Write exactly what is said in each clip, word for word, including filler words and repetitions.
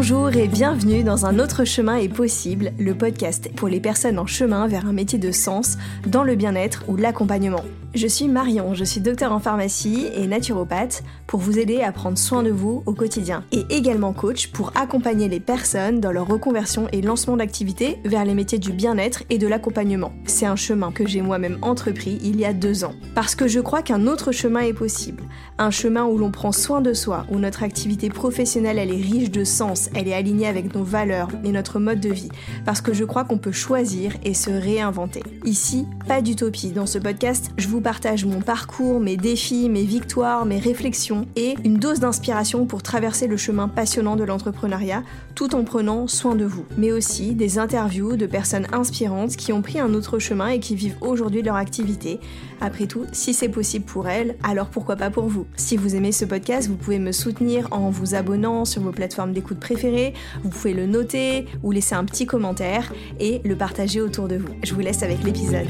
Bonjour et bienvenue dans Un autre chemin est possible, le podcast pour les personnes en chemin vers un métier de sens dans le bien-être ou l'accompagnement. Je suis Marion, je suis docteure en pharmacie et naturopathe pour vous aider à prendre soin de vous au quotidien et également coach pour accompagner les personnes dans leur reconversion et lancement d'activité vers les métiers du bien-être et de l'accompagnement. C'est un chemin que j'ai moi-même entrepris il y a deux ans parce que je crois qu'un autre chemin est possible. Un chemin où l'on prend soin de soi, où notre activité professionnelle elle est riche de sens, elle est alignée avec nos valeurs et notre mode de vie parce que je crois qu'on peut choisir et se réinventer. Ici, pas d'utopie. Dans ce podcast, je vous partage mon parcours, mes défis, mes victoires, mes réflexions et une dose d'inspiration pour traverser le chemin passionnant de l'entrepreneuriat tout en prenant soin de vous. Mais aussi des interviews de personnes inspirantes qui ont pris un autre chemin et qui vivent aujourd'hui leur activité. Après tout, si c'est possible pour elles, alors pourquoi pas pour vous? Si vous aimez ce podcast, vous pouvez me soutenir en vous abonnant sur vos plateformes d'écoute préférées, vous pouvez le noter ou laisser un petit commentaire et le partager autour de vous. Je vous laisse avec l'épisode.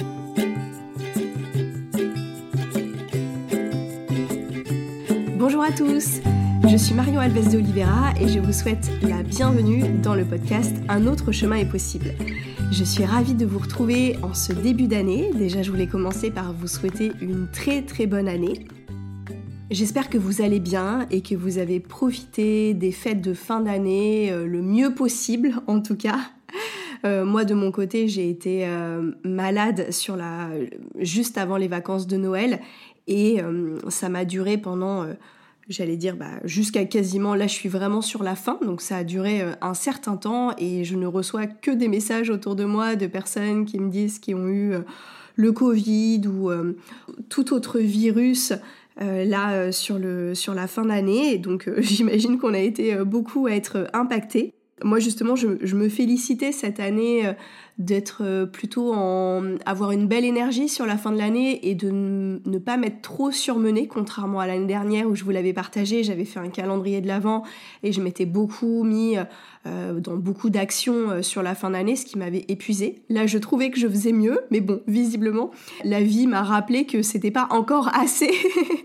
Bonjour à tous, je suis Marion Alves de Oliveira et je vous souhaite la bienvenue dans le podcast Un autre chemin est possible. Je suis ravie de vous retrouver en ce début d'année. Déjà, je voulais commencer par vous souhaiter une très très bonne année. J'espère que vous allez bien et que vous avez profité des fêtes de fin d'année euh, le mieux possible en tout cas. Euh, moi de mon côté, j'ai été euh, malade sur la juste avant les vacances de Noël et euh, ça m'a duré pendant, euh, j'allais dire, bah, jusqu'à quasiment, là je suis vraiment sur la fin, donc ça a duré euh, un certain temps et je ne reçois que des messages autour de moi de personnes qui me disent qu'ils ont eu euh, le Covid ou euh, tout autre virus euh, là euh, sur, le, sur la fin d'année, et donc euh, j'imagine qu'on a été euh, beaucoup à être impactés. Moi justement, je, je me félicitais cette année euh, d'être euh, plutôt en avoir une belle énergie sur la fin de l'année et de n- ne pas m'être trop surmenée, contrairement à l'année dernière où je vous l'avais partagé, j'avais fait un calendrier de l'Avent et je m'étais beaucoup mis euh, dans beaucoup d'actions euh, sur la fin d'année, ce qui m'avait épuisée. Là, je trouvais que je faisais mieux, mais bon, visiblement, la vie m'a rappelé que c'était pas encore assez.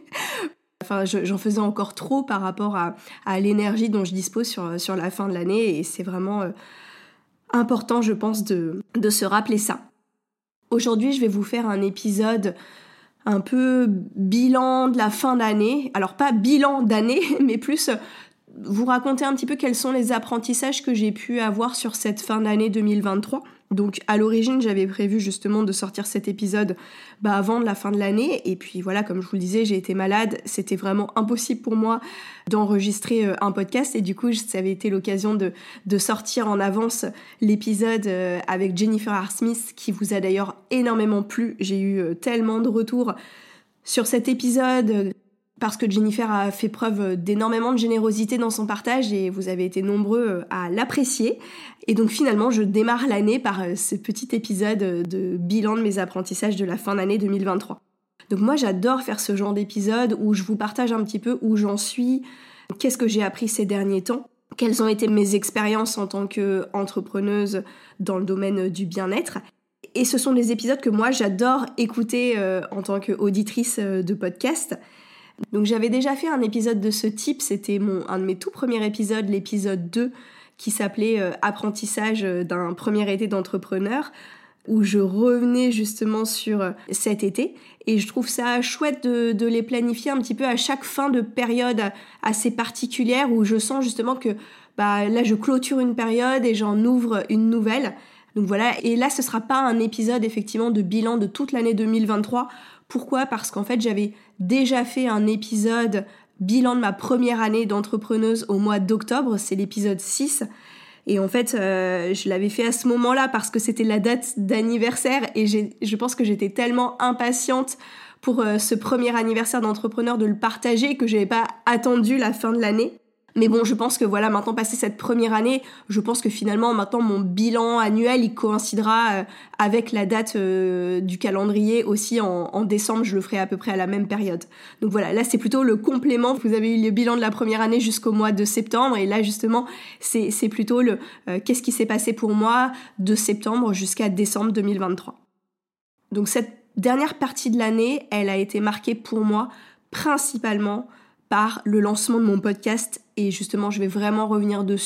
Enfin, je, j'en faisais encore trop par rapport à, à l'énergie dont je dispose sur, sur la fin de l'année et c'est vraiment euh, important, je pense, de, de se rappeler ça. Aujourd'hui, je vais vous faire un épisode un peu bilan de la fin d'année. Alors, pas bilan d'année, mais plus vous raconter un petit peu quels sont les apprentissages que j'ai pu avoir sur cette fin d'année deux mille vingt-trois. Donc à l'origine, j'avais prévu justement de sortir cet épisode bah, avant de la fin de l'année. Et puis voilà, comme je vous le disais, j'ai été malade. C'était vraiment impossible pour moi d'enregistrer euh, un podcast. Et du coup, ça avait été l'occasion de, de sortir en avance l'épisode euh, avec Jennifer R. Smith, qui vous a d'ailleurs énormément plu. J'ai eu euh, tellement de retours sur cet épisode euh, parce que Jennifer a fait preuve d'énormément de générosité dans son partage et vous avez été nombreux à l'apprécier. Et donc finalement, je démarre l'année par ce petit épisode de bilan de mes apprentissages de la fin d'année deux mille vingt-trois. Donc moi, j'adore faire ce genre d'épisode où je vous partage un petit peu où j'en suis, qu'est-ce que j'ai appris ces derniers temps, quelles ont été mes expériences en tant qu'entrepreneuse dans le domaine du bien-être. Et ce sont des épisodes que moi, j'adore écouter euh, en tant qu'auditrice de podcast. Donc j'avais déjà fait un épisode de ce type, c'était mon, un de mes tout premiers épisodes, l'épisode deux, qui s'appelait euh, « Apprentissage d'un premier été d'entrepreneur », où je revenais justement sur euh, cet été. Et je trouve ça chouette de, de les planifier un petit peu à chaque fin de période assez particulière, où je sens justement que bah, là je clôture une période et j'en ouvre une nouvelle. Donc voilà, et là ce sera pas un épisode effectivement de bilan de toute l'année deux mille vingt-trois. Pourquoi ? Parce qu'en fait, j'avais déjà fait un épisode bilan de ma première année d'entrepreneuse au mois d'octobre, c'est l'épisode six. Et en fait, euh, je l'avais fait à ce moment-là parce que c'était la date d'anniversaire et j'ai, je pense que j'étais tellement impatiente pour euh, ce premier anniversaire d'entrepreneur de le partager que j'avais pas attendu la fin de l'année. Mais bon, je pense que voilà, maintenant passé cette première année, je pense que finalement maintenant mon bilan annuel il coïncidera euh, avec la date euh, du calendrier aussi en, en décembre, je le ferai à peu près à la même période. Donc voilà, là c'est plutôt le complément. Vous avez eu le bilan de la première année jusqu'au mois de septembre et là justement c'est, c'est plutôt le euh, qu'est-ce qui s'est passé pour moi de septembre jusqu'à décembre deux mille vingt-trois. Donc cette dernière partie de l'année, elle a été marquée pour moi principalement par le lancement de mon podcast et justement je vais vraiment revenir dessus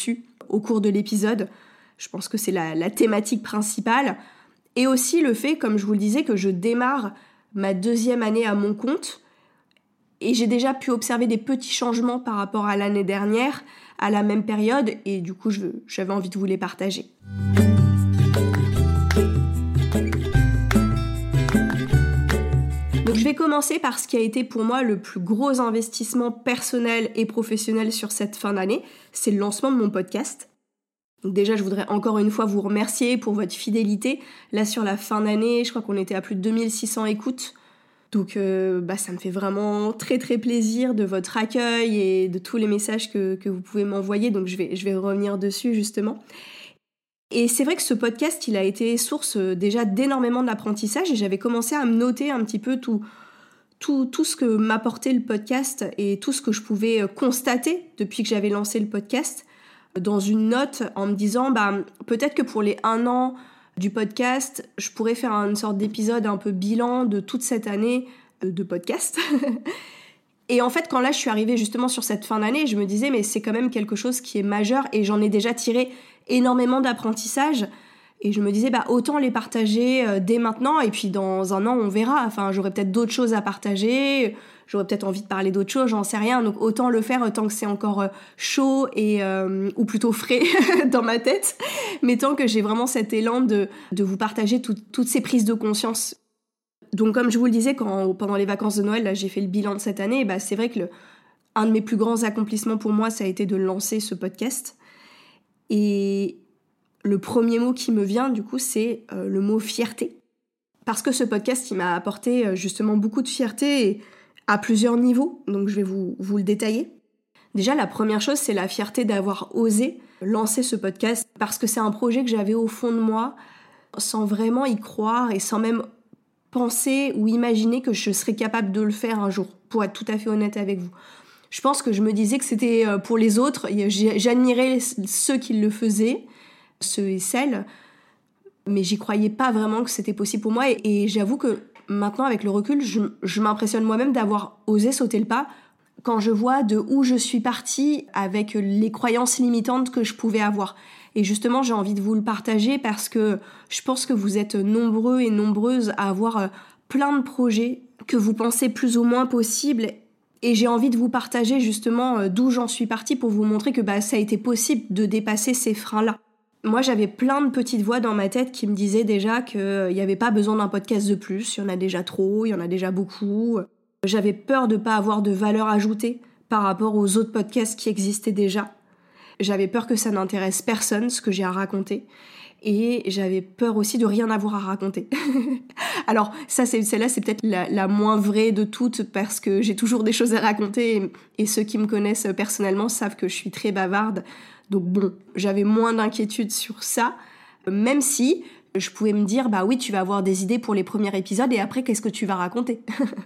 au cours de l'épisode. Je pense que c'est la, la thématique principale. Et aussi le fait, comme je vous le disais, que je démarre ma deuxième année à mon compte. Et j'ai déjà pu observer des petits changements par rapport à l'année dernière, à la même période. Et du coup, je, j'avais envie de vous les partager. Donc je vais commencer par ce qui a été pour moi le plus gros investissement personnel et professionnel sur cette fin d'année. C'est le lancement de mon podcast. Donc déjà, je voudrais encore une fois vous remercier pour votre fidélité. Là, sur la fin d'année, je crois qu'on était à plus de deux mille six cents écoutes. Donc euh, bah, ça me fait vraiment très très plaisir de votre accueil et de tous les messages que, que vous pouvez m'envoyer. Donc je vais, je vais revenir dessus justement. Et c'est vrai que ce podcast, il a été source déjà d'énormément d'apprentissage et j'avais commencé à me noter un petit peu tout, tout, tout ce que m'apportait le podcast et tout ce que je pouvais constater depuis que j'avais lancé le podcast dans une note en me disant bah, peut-être que pour les un an du podcast, je pourrais faire une sorte d'épisode un peu bilan de toute cette année de podcast. Et en fait, quand là, je suis arrivée justement sur cette fin d'année, je me disais, mais c'est quand même quelque chose qui est majeur et j'en ai déjà tiré énormément d'apprentissage. Et je me disais, bah, autant les partager euh, dès maintenant et puis dans un an, on verra. Enfin, j'aurais peut-être d'autres choses à partager, j'aurais peut-être envie de parler d'autres choses, j'en sais rien. Donc autant le faire tant que c'est encore euh, chaud et, euh, ou plutôt frais dans ma tête. Mais tant que j'ai vraiment cet élan de, de vous partager tout, toutes ces prises de conscience. Donc comme je vous le disais, quand, pendant les vacances de Noël, là, j'ai fait le bilan de cette année, bah, c'est vrai que le, un de mes plus grands accomplissements pour moi, ça a été de lancer ce podcast. Et le premier mot qui me vient, du coup, c'est euh, le mot fierté. Parce que ce podcast, il m'a apporté euh, justement beaucoup de fierté et à plusieurs niveaux, donc je vais vous, vous le détailler. Déjà, la première chose, c'est la fierté d'avoir osé lancer ce podcast parce que c'est un projet que j'avais au fond de moi sans vraiment y croire et sans même penser ou imaginer que je serais capable de le faire un jour, pour être tout à fait honnête avec vous. Je pense que je me disais que c'était pour les autres, j'admirais ceux qui le faisaient, ceux et celles, mais j'y croyais pas vraiment que c'était possible pour moi, et, et j'avoue que maintenant, avec le recul, je, je m'impressionne moi-même d'avoir osé sauter le pas quand je vois de où je suis partie avec les croyances limitantes que je pouvais avoir. Et justement, j'ai envie de vous le partager parce que je pense que vous êtes nombreux et nombreuses à avoir plein de projets que vous pensez plus ou moins possibles. Et j'ai envie de vous partager justement d'où j'en suis partie pour vous montrer que bah, ça a été possible de dépasser ces freins-là. Moi, j'avais plein de petites voix dans ma tête qui me disaient déjà qu'il n'y avait pas besoin d'un podcast de plus. Il y en a déjà trop, il y en a déjà beaucoup. J'avais peur de ne pas avoir de valeur ajoutée par rapport aux autres podcasts qui existaient déjà. J'avais peur que ça n'intéresse personne, ce que j'ai à raconter. Et j'avais peur aussi de rien avoir à raconter. Alors, ça, c'est, celle-là, c'est peut-être la, la moins vraie de toutes parce que j'ai toujours des choses à raconter et, et ceux qui me connaissent personnellement savent que je suis très bavarde. Donc bon, j'avais moins d'inquiétude sur ça, même si je pouvais me dire, bah oui, tu vas avoir des idées pour les premiers épisodes et après, qu'est-ce que tu vas raconter ?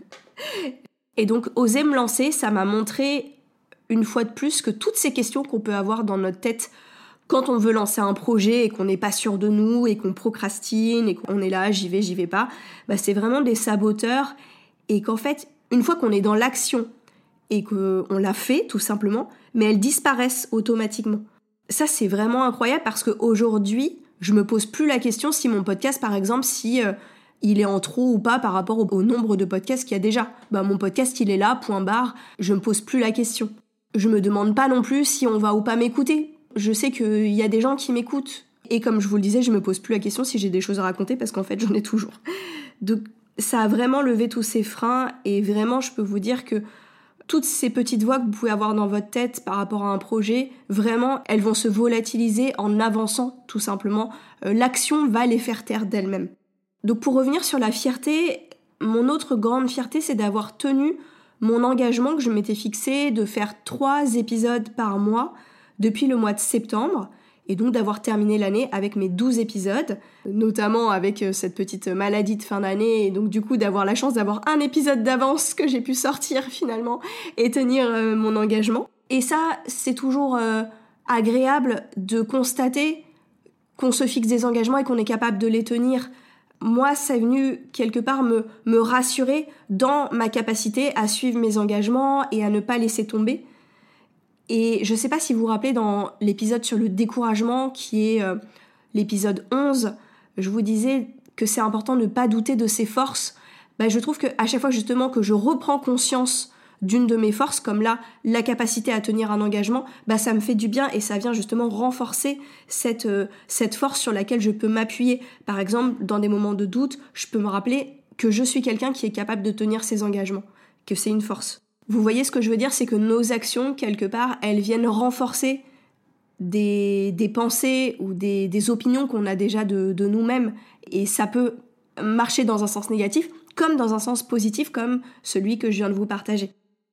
Et donc, oser me lancer, ça m'a montré une fois de plus que toutes ces questions qu'on peut avoir dans notre tête quand on veut lancer un projet et qu'on n'est pas sûr de nous et qu'on procrastine et qu'on est là, j'y vais, j'y vais pas, bah c'est vraiment des saboteurs et qu'en fait, une fois qu'on est dans l'action et qu'on l'a fait tout simplement, mais elles disparaissent automatiquement. Ça, c'est vraiment incroyable parce qu'aujourd'hui, je me pose plus la question si mon podcast, par exemple, si euh, il est en trop ou pas par rapport au, au nombre de podcasts qu'il y a déjà. Bah, mon podcast, il est là, point barre, je me pose plus la question. Je me demande pas non plus si on va ou pas m'écouter. Je sais qu'il y a des gens qui m'écoutent. Et comme je vous le disais, je me pose plus la question si j'ai des choses à raconter parce qu'en fait, j'en ai toujours. Donc, ça a vraiment levé tous ces freins et vraiment, je peux vous dire que toutes ces petites voix que vous pouvez avoir dans votre tête par rapport à un projet, vraiment, elles vont se volatiliser en avançant, tout simplement. Euh, l'action va les faire taire d'elles-mêmes. Donc pour revenir sur la fierté, mon autre grande fierté, c'est d'avoir tenu mon engagement que je m'étais fixé de faire trois épisodes par mois depuis le mois de septembre, et donc d'avoir terminé l'année avec mes douze épisodes, notamment avec cette petite maladie de fin d'année, et donc du coup d'avoir la chance d'avoir un épisode d'avance que j'ai pu sortir finalement et tenir euh, mon engagement. Et ça, c'est toujours euh, agréable de constater qu'on se fixe des engagements et qu'on est capable de les tenir. Moi, ça est venu quelque part me, me rassurer dans ma capacité à suivre mes engagements et à ne pas laisser tomber. Et je sais pas si vous vous rappelez dans l'épisode sur le découragement, qui est euh, l'épisode onze, je vous disais que c'est important de ne pas douter de ses forces. Bah, je trouve qu'à chaque fois justement que je reprends conscience d'une de mes forces, comme là, la capacité à tenir un engagement, bah ça me fait du bien et ça vient justement renforcer cette, euh, cette force sur laquelle je peux m'appuyer. Par exemple, dans des moments de doute, je peux me rappeler que je suis quelqu'un qui est capable de tenir ses engagements, que c'est une force. Vous voyez ce que je veux dire, c'est que nos actions, quelque part, elles viennent renforcer des, des pensées ou des, des opinions qu'on a déjà de, de nous-mêmes. Et ça peut marcher dans un sens négatif, comme dans un sens positif, comme celui que je viens de vous partager.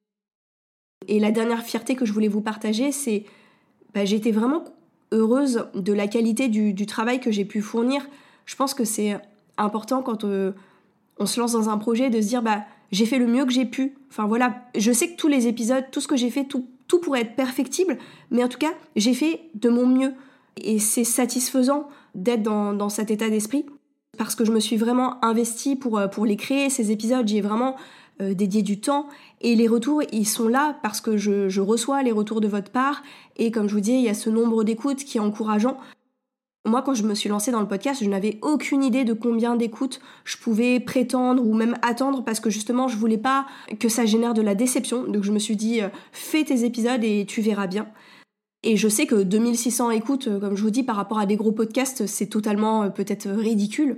Et la dernière fierté que je voulais vous partager, c'est bah, j'ai été vraiment heureuse de la qualité du, du travail que j'ai pu fournir. Je pense que c'est important quand euh, on se lance dans un projet de se dire bah, j'ai fait le mieux que j'ai pu. Enfin voilà, je sais que tous les épisodes, tout ce que j'ai fait, tout, tout pourrait être perfectible, mais en tout cas, j'ai fait de mon mieux. Et c'est satisfaisant d'être dans, dans cet état d'esprit, parce que je me suis vraiment investie pour, pour les créer, ces épisodes. J'y ai vraiment euh, dédié du temps. Et les retours, ils sont là parce que je, je reçois les retours de votre part. Et comme je vous dis, il y a ce nombre d'écoutes qui est encourageant. Moi, quand je me suis lancée dans le podcast, je n'avais aucune idée de combien d'écoutes je pouvais prétendre ou même attendre, parce que justement, je voulais pas que ça génère de la déception. Donc je me suis dit, euh, fais tes épisodes et tu verras bien. Et je sais que deux mille six cents écoutes, comme je vous dis, par rapport à des gros podcasts, c'est totalement euh, peut-être ridicule.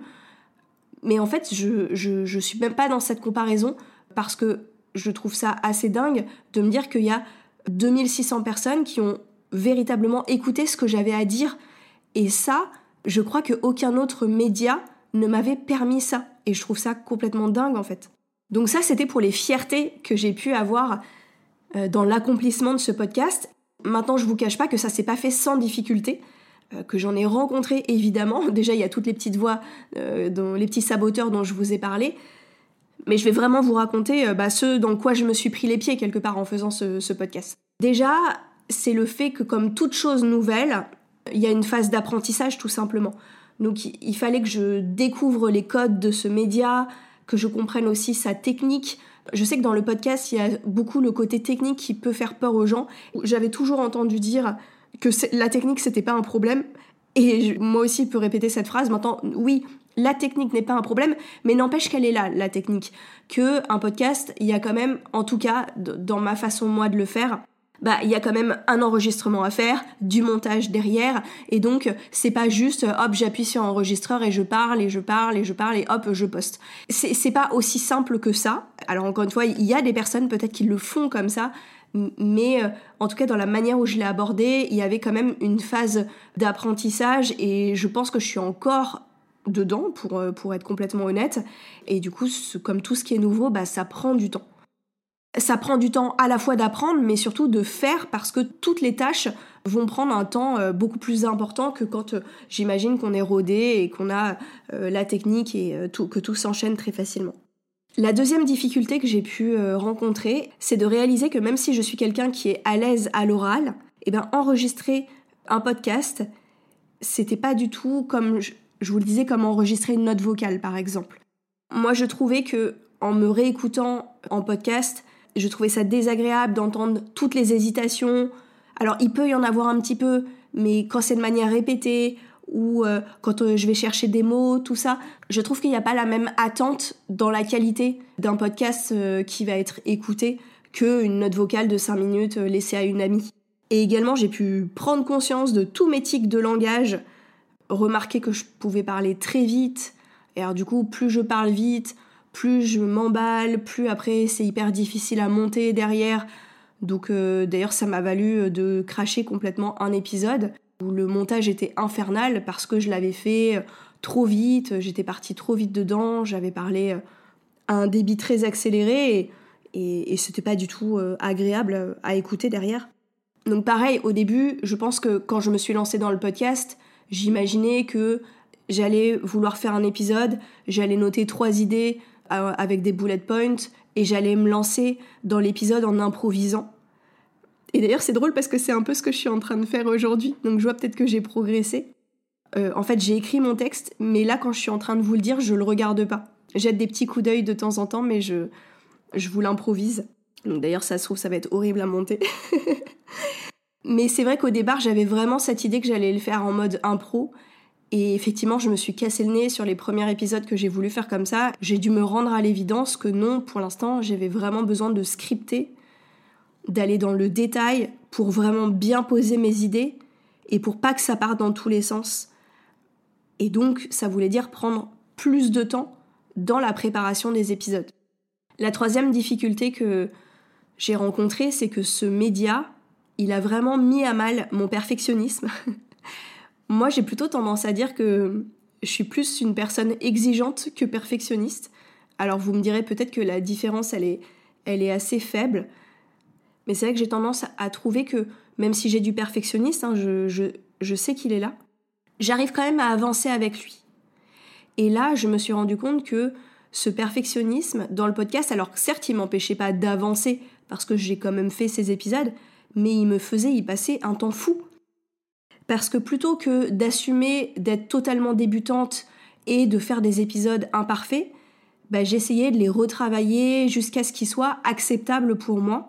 Mais en fait, je, je, je suis même pas dans cette comparaison, parce que je trouve ça assez dingue de me dire qu'il y a deux mille six cents personnes qui ont véritablement écouté ce que j'avais à dire. Et ça, je crois qu'aucun autre média ne m'avait permis ça. Et je trouve ça complètement dingue, en fait. Donc ça, c'était pour les fiertés que j'ai pu avoir euh, dans l'accomplissement de ce podcast. Maintenant, je vous cache pas que ça s'est pas fait sans difficulté, euh, que j'en ai rencontré évidemment. Déjà, il y a toutes les petites voix, euh, dont, les petits saboteurs dont je vous ai parlé. Mais je vais vraiment vous raconter euh, bah, ce dans quoi je me suis pris les pieds quelque part en faisant ce, ce podcast. Déjà, c'est le fait que comme toute chose nouvelle, il y a une phase d'apprentissage tout simplement. Donc il, il fallait que je découvre les codes de ce média, que je comprenne aussi sa technique. Je sais que dans le podcast, il y a beaucoup le côté technique qui peut faire peur aux gens. J'avais toujours entendu dire que la technique, c'était pas un problème. Et je, moi aussi, je peux répéter cette phrase. Maintenant, oui, la technique n'est pas un problème, mais n'empêche qu'elle est là, la technique. Que un podcast, il y a quand même, en tout cas, dans ma façon, moi, de le faire, bah, il y a quand même un enregistrement à faire, du montage derrière, et donc c'est pas juste hop, j'appuie sur enregistreur et je parle et je parle et je parle et hop, je poste. C'est, c'est pas aussi simple que ça. Alors encore une fois, il y a des personnes peut-être qui le font comme ça, mais euh, en tout cas dans la manière où je l'ai abordé, il y avait quand même une phase d'apprentissage et je pense que je suis encore dedans pour, euh, pour être complètement honnête. Et du coup, comme tout ce qui est nouveau, bah, ça prend du temps. Ça prend du temps à la fois d'apprendre, mais surtout de faire, parce que toutes les tâches vont prendre un temps euh, beaucoup plus important que quand euh, j'imagine qu'on est rodé et qu'on a euh, la technique et euh, tout, que tout s'enchaîne très facilement. La deuxième difficulté que j'ai pu euh, rencontrer, c'est de réaliser que même si je suis quelqu'un qui est à l'aise à l'oral, eh ben, enregistrer un podcast, c'était pas du tout comme, je, je vous le disais, comme enregistrer une note vocale par exemple. Moi je trouvais que en me réécoutant en podcast, je trouvais ça désagréable d'entendre toutes les hésitations. Alors, il peut y en avoir un petit peu, mais quand c'est de manière répétée ou euh, quand euh, je vais chercher des mots, tout ça, je trouve qu'il n'y a pas la même attente dans la qualité d'un podcast euh, qui va être écouté qu'une note vocale de cinq minutes euh, laissée à une amie. Et également, j'ai pu prendre conscience de tous mes tics de langage, remarquer que je pouvais parler très vite. Et alors, du coup, plus je parle vite, plus je m'emballe, plus après c'est hyper difficile à monter derrière. Donc euh, d'ailleurs ça m'a valu de cracher complètement un épisode où le montage était infernal parce que je l'avais fait trop vite, j'étais partie trop vite dedans, j'avais parlé à un débit très accéléré et, et, et c'était pas du tout euh, agréable à écouter derrière. Donc pareil, au début, je pense que quand je me suis lancée dans le podcast, j'imaginais que j'allais vouloir faire un épisode, j'allais noter trois idées avec des bullet points et j'allais me lancer dans l'épisode en improvisant. Et d'ailleurs c'est drôle parce que c'est un peu ce que je suis en train de faire aujourd'hui, donc je vois peut-être que j'ai progressé. Euh, en fait j'ai écrit mon texte, mais là quand je suis en train de vous le dire, je le regarde pas. Jette des petits coups d'œil de temps en temps, mais je, je vous l'improvise. Donc d'ailleurs ça se trouve ça va être horrible à monter. Mais c'est vrai qu'au départ, j'avais vraiment cette idée que j'allais le faire en mode impro. Et effectivement, je me suis cassé le nez sur les premiers épisodes que j'ai voulu faire comme ça. J'ai dû me rendre à l'évidence que non, pour l'instant, j'avais vraiment besoin de scripter, d'aller dans le détail pour vraiment bien poser mes idées et pour pas que ça parte dans tous les sens. Et donc, ça voulait dire prendre plus de temps dans la préparation des épisodes. La troisième difficulté que j'ai rencontrée, c'est que ce média, il a vraiment mis à mal mon perfectionnisme. Moi, j'ai plutôt tendance à dire que je suis plus une personne exigeante que perfectionniste. Alors, vous me direz peut-être que la différence, elle est, elle est assez faible. Mais c'est vrai que j'ai tendance à trouver que, même si j'ai du perfectionniste, hein, je, je, je sais qu'il est là, j'arrive quand même à avancer avec lui. Et là, je me suis rendu compte que ce perfectionnisme dans le podcast, alors que certes, il m'empêchait pas d'avancer, parce que j'ai quand même fait ces épisodes, mais il me faisait y passer un temps fou. Parce que plutôt que d'assumer d'être totalement débutante et de faire des épisodes imparfaits, bah, j'essayais de les retravailler jusqu'à ce qu'ils soient acceptables pour moi.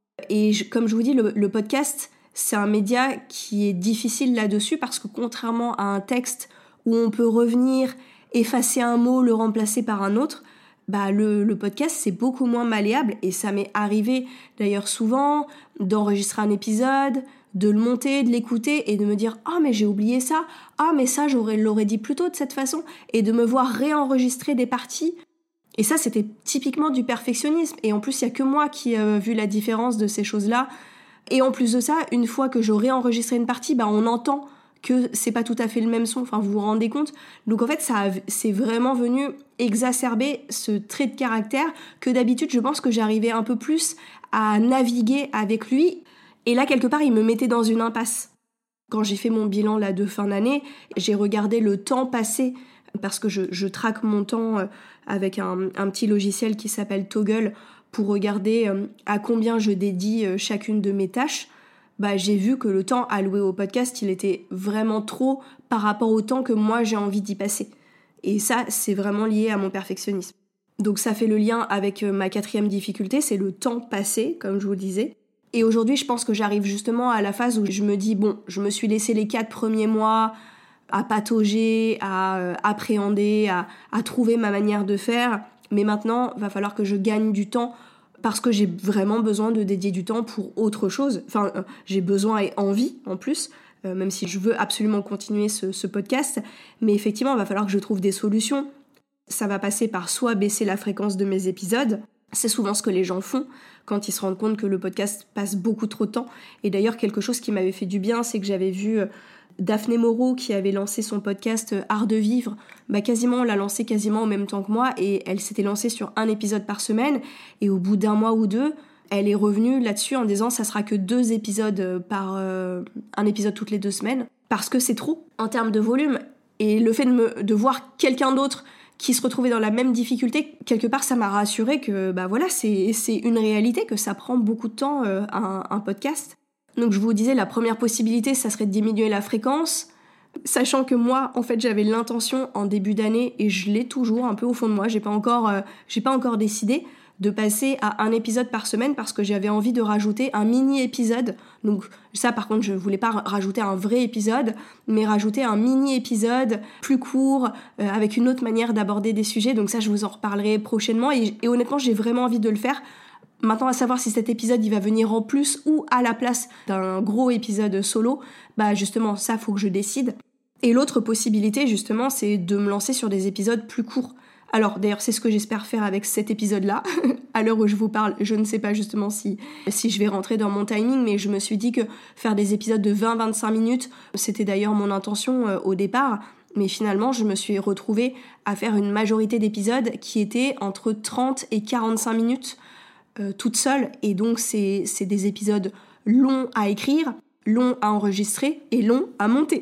Et je, comme je vous dis, le, le podcast, c'est un média qui est difficile là-dessus parce que contrairement à un texte où on peut revenir, effacer un mot, le remplacer par un autre, bah le, le podcast, c'est beaucoup moins malléable. Et ça m'est arrivé d'ailleurs souvent d'enregistrer un épisode, de le monter, de l'écouter et de me dire « Ah, oh, mais j'ai oublié ça. Ah, mais ça, j'aurais l'aurais dit plus tôt de cette façon. » Et de me voir réenregistrer des parties. Et ça, c'était typiquement du perfectionnisme. Et en plus, il n'y a que moi qui ai vu la différence de ces choses-là. Et en plus de ça, une fois que j'aurai enregistré une partie, bah, on entend que c'est pas tout à fait le même son. Enfin, vous vous rendez compte ? Donc en fait, ça a, c'est vraiment venu exacerber ce trait de caractère que d'habitude, je pense que j'arrivais un peu plus à naviguer avec lui. Et là, quelque part, il me mettait dans une impasse. Quand j'ai fait mon bilan là, de fin d'année, j'ai regardé le temps passé, parce que je, je traque mon temps avec un, un petit logiciel qui s'appelle Toggle pour regarder à combien je dédie chacune de mes tâches. Bah, j'ai vu que le temps alloué au podcast, il était vraiment trop par rapport au temps que moi j'ai envie d'y passer. Et ça, c'est vraiment lié à mon perfectionnisme. Donc ça fait le lien avec ma quatrième difficulté, c'est le temps passé, comme je vous le disais. Et aujourd'hui, je pense que j'arrive justement à la phase où je me dis, bon, je me suis laissé les quatre premiers mois à patauger, à euh, appréhender, à, à trouver ma manière de faire. Mais maintenant, il va falloir que je gagne du temps parce que j'ai vraiment besoin de dédier du temps pour autre chose. Enfin, euh, j'ai besoin et envie, en plus, euh, même si je veux absolument continuer ce, ce podcast. Mais effectivement, il va falloir que je trouve des solutions. Ça va passer par soit baisser la fréquence de mes épisodes. C'est souvent ce que les gens font quand ils se rendent compte que le podcast passe beaucoup trop de temps. Et d'ailleurs, quelque chose qui m'avait fait du bien, c'est que j'avais vu Daphné Moreau qui avait lancé son podcast Art de vivre. Bah, quasiment, on l'a lancé quasiment en même temps que moi et elle s'était lancée sur un épisode par semaine. Et au bout d'un mois ou deux, elle est revenue là-dessus en disant ça sera que deux épisodes par... Euh, un épisode toutes les deux semaines. Parce que c'est trop en termes de volume. Et le fait de, me, de voir quelqu'un d'autre qui se retrouvait dans la même difficulté, quelque part, ça m'a rassuré que bah voilà, c'est, c'est une réalité, que ça prend beaucoup de temps, euh, un, un podcast. Donc je vous disais, la première possibilité, ça serait de diminuer la fréquence, sachant que moi, en fait, j'avais l'intention en début d'année, et je l'ai toujours un peu au fond de moi, j'ai pas encore, euh, j'ai pas encore décidé de passer à un épisode par semaine parce que j'avais envie de rajouter un mini-épisode. Donc ça, par contre, je voulais pas rajouter un vrai épisode, mais rajouter un mini-épisode plus court, euh, avec une autre manière d'aborder des sujets. Donc ça, je vous en reparlerai prochainement. Et, et honnêtement, j'ai vraiment envie de le faire. Maintenant, à savoir si cet épisode, il va venir en plus ou à la place d'un gros épisode solo, bah justement, ça, faut que je décide. Et l'autre possibilité, justement, c'est de me lancer sur des épisodes plus courts. Alors, d'ailleurs, c'est ce que j'espère faire avec cet épisode-là. À l'heure où je vous parle, je ne sais pas justement si, si je vais rentrer dans mon timing, mais je me suis dit que faire des épisodes de vingt à vingt-cinq minutes, c'était d'ailleurs mon intention euh, au départ. Mais finalement, je me suis retrouvée à faire une majorité d'épisodes qui étaient entre trente et quarante-cinq minutes euh, toute seule. Et donc, c'est, c'est des épisodes longs à écrire, longs à enregistrer et longs à monter.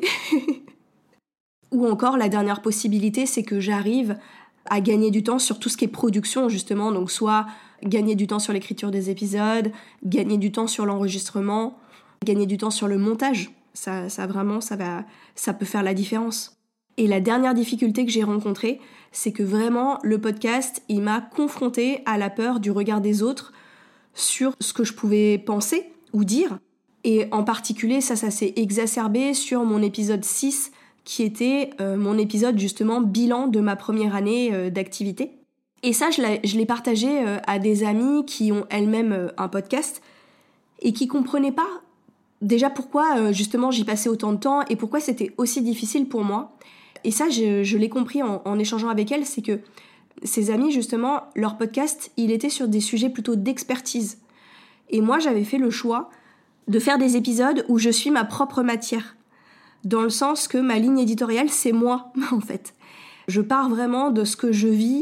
Ou encore, la dernière possibilité, c'est que j'arrive à gagner du temps sur tout ce qui est production, justement. Donc, soit gagner du temps sur l'écriture des épisodes, gagner du temps sur l'enregistrement, gagner du temps sur le montage. Ça, ça vraiment, ça va, ça peut faire la différence. Et la dernière difficulté que j'ai rencontrée, c'est que vraiment, le podcast, il m'a confrontée à la peur du regard des autres sur ce que je pouvais penser ou dire. Et en particulier, ça, ça s'est exacerbé sur mon épisode six, qui était euh, mon épisode justement bilan de ma première année euh, d'activité. Et ça, je l'ai, je l'ai partagé euh, à des amies qui ont elles-mêmes euh, un podcast et qui comprenaient pas déjà pourquoi euh, justement j'y passais autant de temps et pourquoi c'était aussi difficile pour moi. Et ça, je, je l'ai compris en, en échangeant avec elles, c'est que ces amies, justement, leur podcast, il était sur des sujets plutôt d'expertise. Et moi, j'avais fait le choix de faire des épisodes où je suis ma propre matière. Dans le sens que ma ligne éditoriale, c'est moi, en fait. Je pars vraiment de ce que je vis,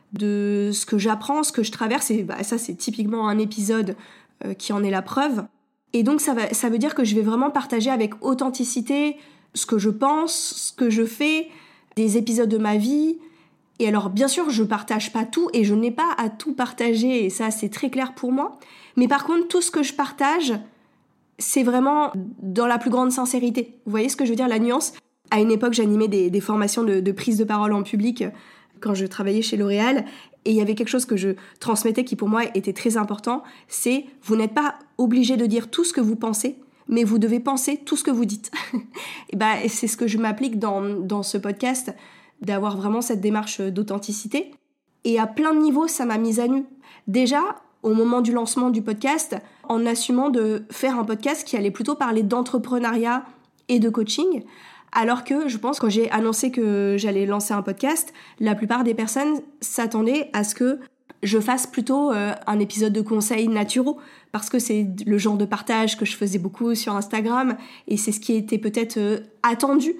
de ce que j'apprends, ce que je traverse. Et bah, ça, c'est typiquement un épisode euh, qui en est la preuve. Et donc, ça, va, ça veut dire que je vais vraiment partager avec authenticité ce que je pense, ce que je fais, des épisodes de ma vie. Et alors, bien sûr, je partage pas tout et je n'ai pas à tout partager, et ça, c'est très clair pour moi. Mais par contre, tout ce que je partage, c'est vraiment dans la plus grande sincérité. Vous voyez ce que je veux dire, la nuance ? À une époque, j'animais des, des formations de, de prise de parole en public quand je travaillais chez L'Oréal. Et il y avait quelque chose que je transmettais qui, pour moi, était très important. C'est, vous n'êtes pas obligé de dire tout ce que vous pensez, mais vous devez penser tout ce que vous dites. Et bah, c'est ce que je m'applique dans, dans ce podcast, d'avoir vraiment cette démarche d'authenticité. Et à plein de niveaux, ça m'a mise à nu. Déjà, au moment du lancement du podcast, en assumant de faire un podcast qui allait plutôt parler d'entrepreneuriat et de coaching, alors que je pense, quand j'ai annoncé que j'allais lancer un podcast, la plupart des personnes s'attendaient à ce que je fasse plutôt euh, un épisode de conseils naturaux, parce que c'est le genre de partage que je faisais beaucoup sur Instagram, et c'est ce qui était peut-être euh, attendu.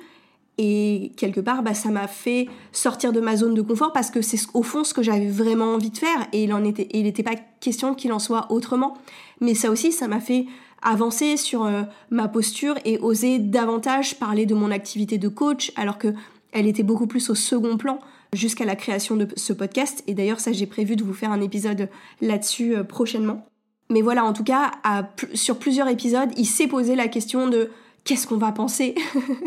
Et quelque part, bah, ça m'a fait sortir de ma zone de confort, parce que c'est au fond ce que j'avais vraiment envie de faire, et il en était, il n'était pas question qu'il en soit autrement. Mais ça aussi, ça m'a fait avancer sur euh, ma posture et oser davantage parler de mon activité de coach, alors que elle était beaucoup plus au second plan jusqu'à la création de ce podcast. Et d'ailleurs, ça, j'ai prévu de vous faire un épisode là-dessus euh, prochainement. Mais voilà, en tout cas, à, sur plusieurs épisodes, il s'est posé la question de qu'est-ce qu'on va penser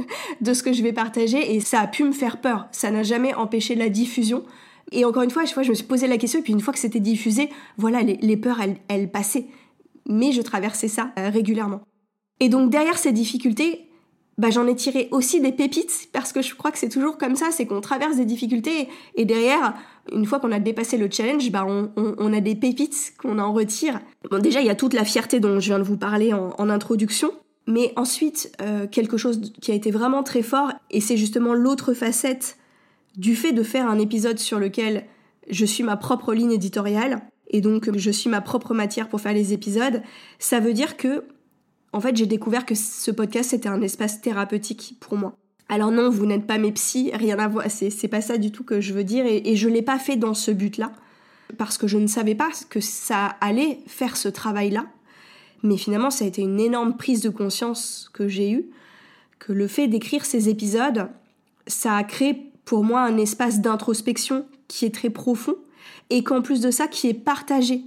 de ce que je vais partager, et ça a pu me faire peur. Ça n'a jamais empêché la diffusion. Et encore une fois, à chaque fois, je me suis posé la question, et puis une fois que c'était diffusé, voilà, les, les peurs, elles, elles passaient. Mais je traversais ça euh, régulièrement. Et donc, derrière ces difficultés, bah, j'en ai tiré aussi des pépites, parce que je crois que c'est toujours comme ça, c'est qu'on traverse des difficultés, et derrière, une fois qu'on a dépassé le challenge, bah, on, on, on a des pépites qu'on en retire. Bon, déjà, il y a toute la fierté dont je viens de vous parler en, en introduction, mais ensuite, euh, quelque chose qui a été vraiment très fort, et c'est justement l'autre facette du fait de faire un épisode sur lequel je suis ma propre ligne éditoriale, et donc je suis ma propre matière pour faire les épisodes, ça veut dire que, en fait, j'ai découvert que ce podcast, c'était un espace thérapeutique pour moi. Alors non, vous n'êtes pas mes psys, rien à voir, c'est, c'est pas ça du tout que je veux dire, et, et je l'ai pas fait dans ce but-là, parce que je ne savais pas que ça allait faire ce travail-là, mais finalement, ça a été une énorme prise de conscience que j'ai eue, que le fait d'écrire ces épisodes, ça a créé pour moi un espace d'introspection qui est très profond, et qu'en plus de ça, qui est partagé.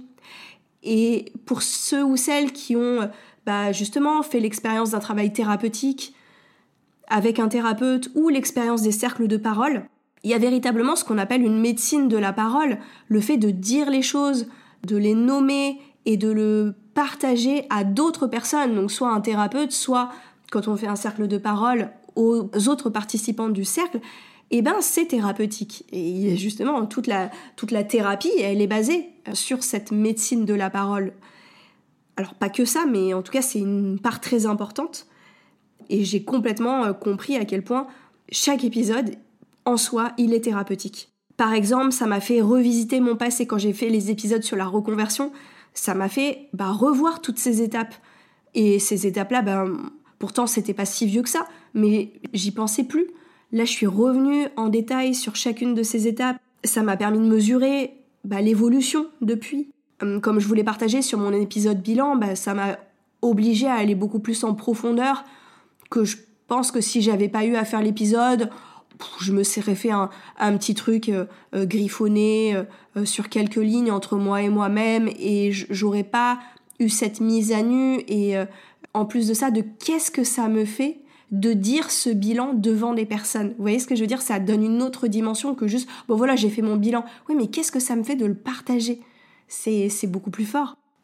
Et pour ceux ou celles qui ont bah, justement fait l'expérience d'un travail thérapeutique avec un thérapeute, ou l'expérience des cercles de parole, il y a véritablement ce qu'on appelle une médecine de la parole, le fait de dire les choses, de les nommer et de le partager à d'autres personnes, donc soit un thérapeute, soit quand on fait un cercle de parole aux autres participants du cercle, eh ben c'est thérapeutique. Et justement, toute la, toute la thérapie, elle est basée sur cette médecine de la parole. Alors pas que ça, mais en tout cas c'est une part très importante. Et j'ai complètement compris à quel point chaque épisode, en soi, il est thérapeutique. Par exemple, ça m'a fait revisiter mon passé quand j'ai fait les épisodes sur la reconversion. Ça m'a fait bah, revoir toutes ces étapes. Et ces étapes-là, bah, pourtant c'était pas si vieux que ça, mais j'y pensais plus. Là, je suis revenue en détail sur chacune de ces étapes. Ça m'a permis de mesurer bah, l'évolution depuis. Comme je vous l'ai partagé sur mon épisode bilan, bah, ça m'a obligée à aller beaucoup plus en profondeur, que je pense que si j'avais pas eu à faire l'épisode, je me serais fait un, un petit truc euh, euh, griffonné euh, sur quelques lignes entre moi et moi-même, et j'aurais pas eu cette mise à nu. Et euh, en plus de ça, de qu'est-ce que ça me fait de dire ce bilan devant des personnes. Vous voyez ce que je veux dire ? Ça donne une autre dimension que juste, bon voilà, j'ai fait mon bilan. Oui, mais qu'est-ce que ça me fait de le partager ? C'est, c'est beaucoup plus fort. Et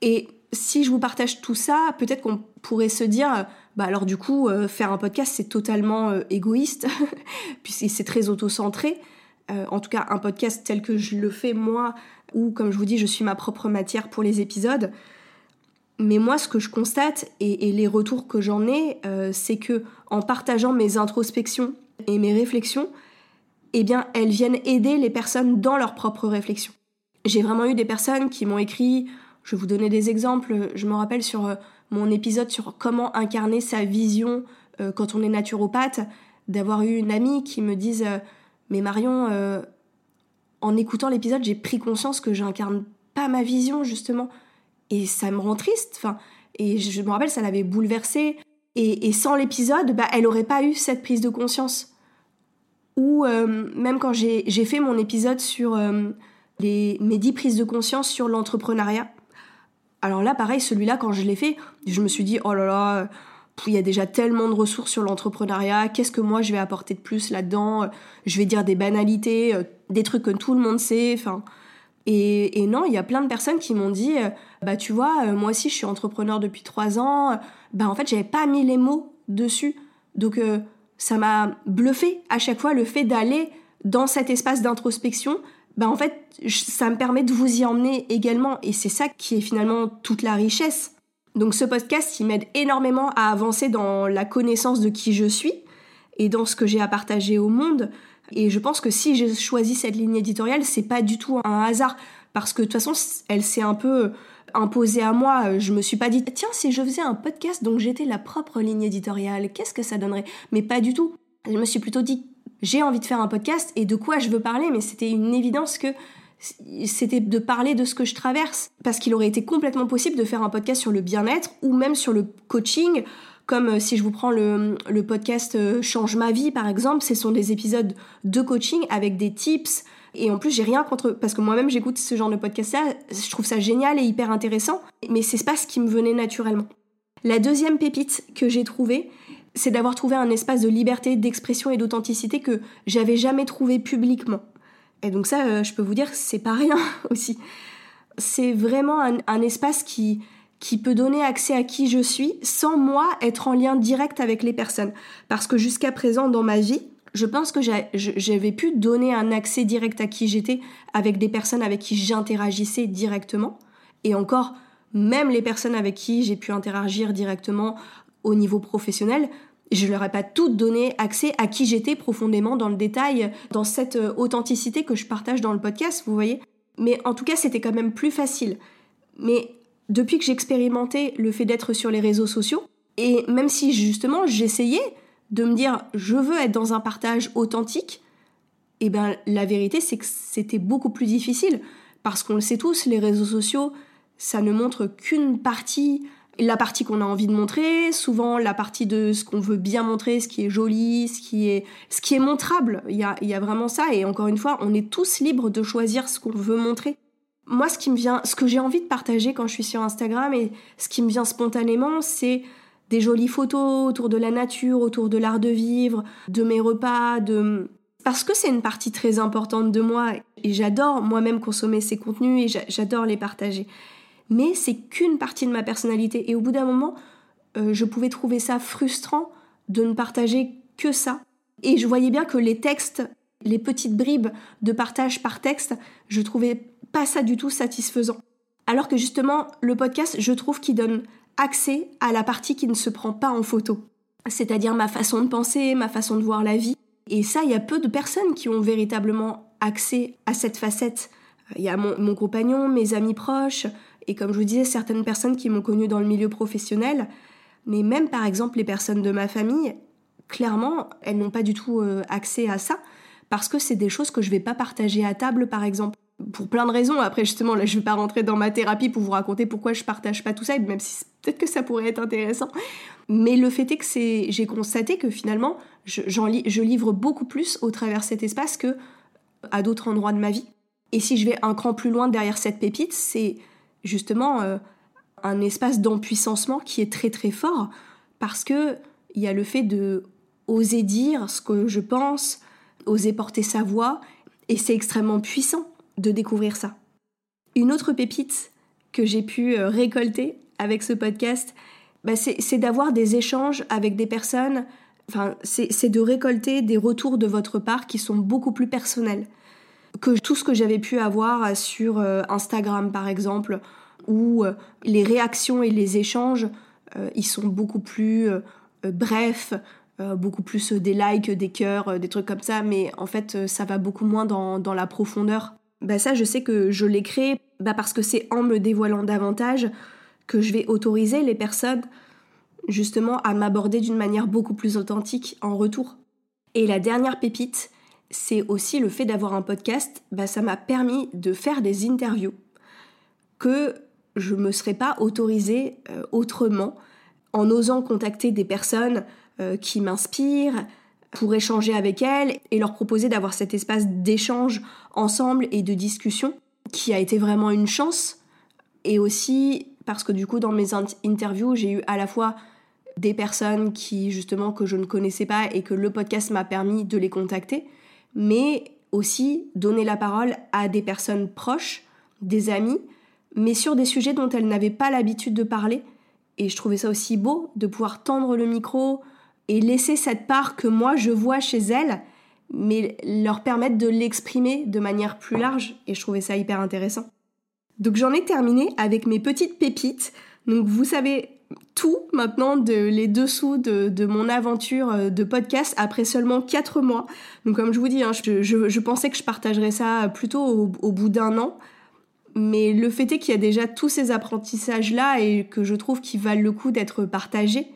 si je vous partage tout ça, peut-être qu'on pourrait se dire, bah alors du coup, euh, faire un podcast, c'est totalement euh, égoïste, puis c'est très auto-centré. Euh, en tout cas, un podcast tel que je le fais moi, où, comme je vous dis, je suis ma propre matière pour les épisodes. Mais moi, ce que je constate, et, et les retours que j'en ai, euh, c'est que en partageant mes introspections et mes réflexions, eh bien, elles viennent aider les personnes dans leurs propres réflexions. J'ai vraiment eu des personnes qui m'ont écrit, je vais vous donner des exemples, je me rappelle sur euh, mon épisode sur comment incarner sa vision euh, quand on est naturopathe, d'avoir eu une amie qui me dise euh, « Mais Marion, euh, en écoutant l'épisode, j'ai pris conscience que j'incarne pas ma vision, justement. » Et ça me rend triste. Enfin, et je me rappelle, ça l'avait bouleversée. Et, et sans l'épisode, bah, elle n'aurait pas eu cette prise de conscience. Ou euh, même quand j'ai, j'ai fait mon épisode sur euh, les, mes dix prises de conscience sur l'entrepreneuriat. Alors là, pareil, celui-là, quand je l'ai fait, je me suis dit, oh là là, il y a déjà tellement de ressources sur l'entrepreneuriat, qu'est-ce que moi je vais apporter de plus là-dedans ? Je vais dire des banalités, euh, des trucs que tout le monde sait, enfin... Et, et non, il y a plein de personnes qui m'ont dit, euh, bah tu vois, euh, moi aussi je suis entrepreneur depuis trois ans, euh, bah en fait j'avais pas mis les mots dessus, donc euh, ça m'a bluffé à chaque fois le fait d'aller dans cet espace d'introspection, bah en fait je, ça me permet de vous y emmener également, et c'est ça qui est finalement toute la richesse. Donc ce podcast, il m'aide énormément à avancer dans la connaissance de qui je suis et dans ce que j'ai à partager au monde. Et je pense que si j'ai choisi cette ligne éditoriale, c'est pas du tout un hasard, parce que de toute façon, elle s'est un peu imposée à moi. Je me suis pas dit, tiens, si je faisais un podcast dont j'étais la propre ligne éditoriale, qu'est-ce que ça donnerait ? Mais pas du tout. Je me suis plutôt dit, j'ai envie de faire un podcast et de quoi je veux parler, mais c'était une évidence que c'était de parler de ce que je traverse, parce qu'il aurait été complètement possible de faire un podcast sur le bien-être ou même sur le coaching. Comme si je vous prends le, le podcast « Change ma vie » par exemple, ce sont des épisodes de coaching avec des tips. Et en plus, j'ai rien contre... Parce que moi-même, j'écoute ce genre de podcast-là, je trouve ça génial et hyper intéressant. Mais c'est pas ce qui me venait naturellement. La deuxième pépite que j'ai trouvée, c'est d'avoir trouvé un espace de liberté, d'expression et d'authenticité que j'avais jamais trouvé publiquement. Et donc ça, je peux vous dire, c'est pas rien aussi. C'est vraiment un, un espace qui... qui peut donner accès à qui je suis sans moi être en lien direct avec les personnes. Parce que jusqu'à présent dans ma vie, je pense que j'ai, j'avais pu donner un accès direct à qui j'étais avec des personnes avec qui j'interagissais directement. Et encore, même les personnes avec qui j'ai pu interagir directement au niveau professionnel, je leur ai pas toutes donné accès à qui j'étais profondément dans le détail, dans cette authenticité que je partage dans le podcast, vous voyez. Mais en tout cas, c'était quand même plus facile. Mais depuis que j'ai expérimenté le fait d'être sur les réseaux sociaux, et même si justement j'essayais de me dire je veux être dans un partage authentique, et ben la vérité c'est que c'était beaucoup plus difficile, parce qu'on le sait tous, les réseaux sociaux, ça ne montre qu'une partie, la partie qu'on a envie de montrer, souvent la partie de ce qu'on veut bien montrer, ce qui est joli, ce qui est, ce qui est montrable, il y a, il y a vraiment ça, et encore une fois, on est tous libres de choisir ce qu'on veut montrer. Moi, ce qui me vient, ce que j'ai envie de partager quand je suis sur Instagram et ce qui me vient spontanément, c'est des jolies photos autour de la nature, autour de l'art de vivre, de mes repas, de... parce que c'est une partie très importante de moi et j'adore moi-même consommer ces contenus et j'adore les partager. Mais c'est qu'une partie de ma personnalité et au bout d'un moment, euh, je pouvais trouver ça frustrant de ne partager que ça. Et je voyais bien que les textes, les petites bribes de partage par texte, je trouvais pas ça du tout satisfaisant. Alors que justement, le podcast, je trouve qu'il donne accès à la partie qui ne se prend pas en photo. C'est-à-dire ma façon de penser, ma façon de voir la vie. Et ça, il y a peu de personnes qui ont véritablement accès à cette facette. Il y a mon, mon compagnon, mes amis proches, et comme je vous disais, certaines personnes qui m'ont connue dans le milieu professionnel. Mais même par exemple les personnes de ma famille, clairement, elles n'ont pas du tout euh, accès à ça, parce que c'est des choses que je vais pas partager à table par exemple. Pour plein de raisons. Après, justement, là, je vais pas rentrer dans ma thérapie pour vous raconter pourquoi je partage pas tout ça, même si peut-être que ça pourrait être intéressant. Mais le fait est que c'est, j'ai constaté que finalement, je, j'en li, je livre beaucoup plus au travers de cet espace que à d'autres endroits de ma vie. Et si je vais un cran plus loin derrière cette pépite, c'est justement euh, un espace d'empuissancement qui est très très fort, parce que il y a le fait de oser dire ce que je pense, oser porter sa voix, et c'est extrêmement puissant de découvrir ça. Une autre pépite que j'ai pu récolter avec ce podcast, bah c'est, c'est d'avoir des échanges avec des personnes, enfin, c'est, c'est de récolter des retours de votre part qui sont beaucoup plus personnels que tout ce que j'avais pu avoir sur Instagram, par exemple, où les réactions et les échanges, euh, ils sont beaucoup plus euh, brefs, euh, beaucoup plus des likes, des cœurs, des trucs comme ça, mais en fait, ça va beaucoup moins dans, dans la profondeur. Bah ça, je sais que je l'ai créé bah parce que c'est en me dévoilant davantage que je vais autoriser les personnes justement à m'aborder d'une manière beaucoup plus authentique en retour. Et la dernière pépite, c'est aussi le fait d'avoir un podcast, bah ça m'a permis de faire des interviews que je me serais pas autorisée euh, autrement en osant contacter des personnes euh, qui m'inspirent pour échanger avec elles et leur proposer d'avoir cet espace d'échange ensemble et de discussion qui a été vraiment une chance. Et aussi parce que du coup dans mes interviews j'ai eu à la fois des personnes qui justement que je ne connaissais pas et que le podcast m'a permis de les contacter, mais aussi donner la parole à des personnes proches, des amis, mais sur des sujets dont elles n'avaient pas l'habitude de parler. Et je trouvais ça aussi beau de pouvoir tendre le micro et laisser cette part que moi je vois chez elles, mais leur permettre de l'exprimer de manière plus large. Et je trouvais ça hyper intéressant. Donc j'en ai terminé avec mes petites pépites. Donc vous savez tout maintenant de les dessous de, de mon aventure de podcast après seulement quatre mois. Donc comme je vous dis, hein, je, je, je pensais que je partagerais ça plutôt au, au bout d'un an. Mais le fait est qu'il y a déjà tous ces apprentissages-là et que je trouve qu'ils valent le coup d'être partagés.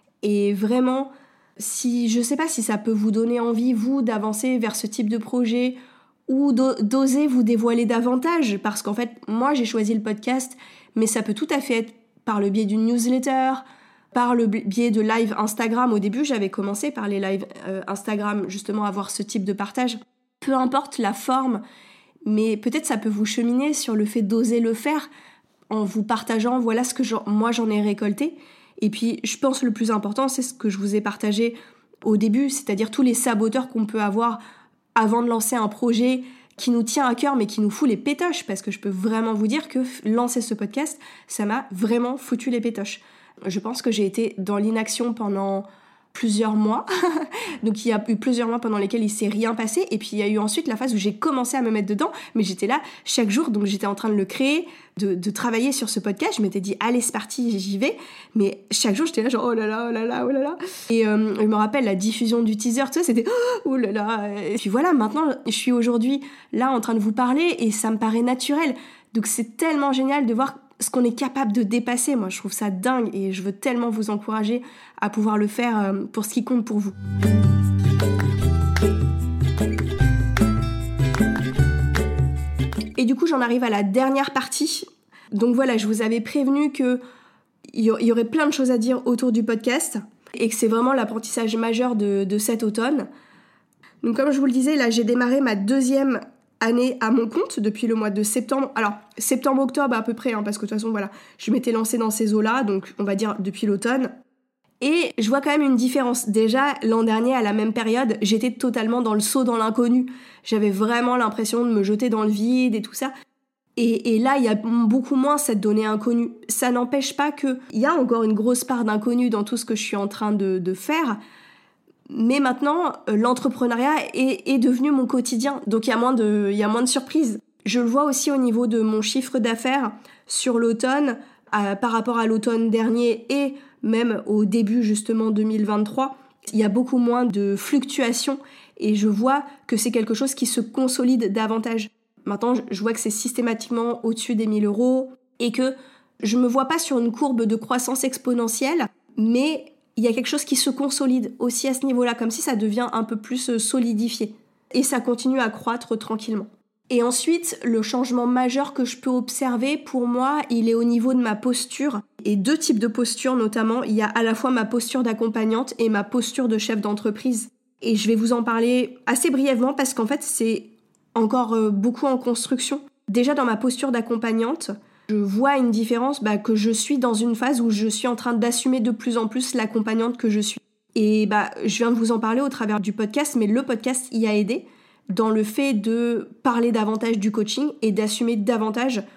Et vraiment, si, je sais pas si ça peut vous donner envie, vous, d'avancer vers ce type de projet ou d'oser vous dévoiler davantage. Parce qu'en fait, moi, j'ai choisi le podcast, mais ça peut tout à fait être par le biais d'une newsletter, par le biais de live Instagram. Au début, j'avais commencé par les lives euh, Instagram, justement, à avoir ce type de partage. Peu importe la forme, mais peut-être ça peut vous cheminer sur le fait d'oser le faire en vous partageant, voilà ce que j'en, moi j'en ai récolté. Et puis, je pense le plus important, c'est ce que je vous ai partagé au début, c'est-à-dire tous les saboteurs qu'on peut avoir avant de lancer un projet qui nous tient à cœur, mais qui nous fout les pétoches, parce que je peux vraiment vous dire que lancer ce podcast, ça m'a vraiment foutu les pétoches. Je pense que j'ai été dans l'inaction pendant plusieurs mois, donc il y a eu plusieurs mois pendant lesquels il s'est rien passé, et puis il y a eu ensuite la phase où j'ai commencé à me mettre dedans, mais j'étais là chaque jour, donc j'étais en train de le créer, de, de travailler sur ce podcast, je m'étais dit allez c'est parti, j'y vais, mais chaque jour j'étais là genre oh là là, oh là là, oh là là, et euh, je me rappelle la diffusion du teaser, tout ça c'était oh là là, et puis voilà, maintenant je suis aujourd'hui là en train de vous parler, et ça me paraît naturel, donc c'est tellement génial de voir ce qu'on est capable de dépasser. Moi, je trouve ça dingue et je veux tellement vous encourager à pouvoir le faire pour ce qui compte pour vous. Et du coup, j'en arrive à la dernière partie. Donc voilà, je vous avais prévenu qu'il y aurait plein de choses à dire autour du podcast et que c'est vraiment l'apprentissage majeur de, de cet automne. Donc comme je vous le disais, là, j'ai démarré ma deuxième année à mon compte depuis le mois de septembre. Alors, septembre-octobre à peu près, hein, parce que de toute façon, voilà, je m'étais lancée dans ces eaux-là, donc on va dire depuis l'automne. Et je vois quand même une différence. Déjà, l'an dernier, à la même période, j'étais totalement dans le saut dans l'inconnu. J'avais vraiment l'impression de me jeter dans le vide et tout ça. Et, et là, il y a beaucoup moins cette donnée inconnue. Ça n'empêche pas qu'il y a encore une grosse part d'inconnu dans tout ce que je suis en train de, de faire. Mais maintenant, l'entrepreneuriat est, est devenu mon quotidien, donc il y a moins de, il y a moins de surprises. Je le vois aussi au niveau de mon chiffre d'affaires sur l'automne, euh, par rapport à l'automne dernier et même au début justement deux mille vingt-trois. Il y a beaucoup moins de fluctuations et je vois que c'est quelque chose qui se consolide davantage. Maintenant, je vois que c'est systématiquement au-dessus des mille euros et que je me vois pas sur une courbe de croissance exponentielle, mais il y a quelque chose qui se consolide aussi à ce niveau-là, comme si ça devient un peu plus solidifié. Et ça continue à croître tranquillement. Et ensuite, le changement majeur que je peux observer, pour moi, il est au niveau de ma posture. Et deux types de postures notamment. Il y a à la fois ma posture d'accompagnante et ma posture de chef d'entreprise. Et je vais vous en parler assez brièvement parce qu'en fait, c'est encore beaucoup en construction. Déjà, dans ma posture d'accompagnante, je vois une différence bah, que je suis dans une phase où je suis en train d'assumer de plus en plus l'accompagnante que je suis. Et bah, je viens de vous en parler au travers du podcast, mais le podcast y a aidé dans le fait de parler davantage du coaching et d'assumer davantage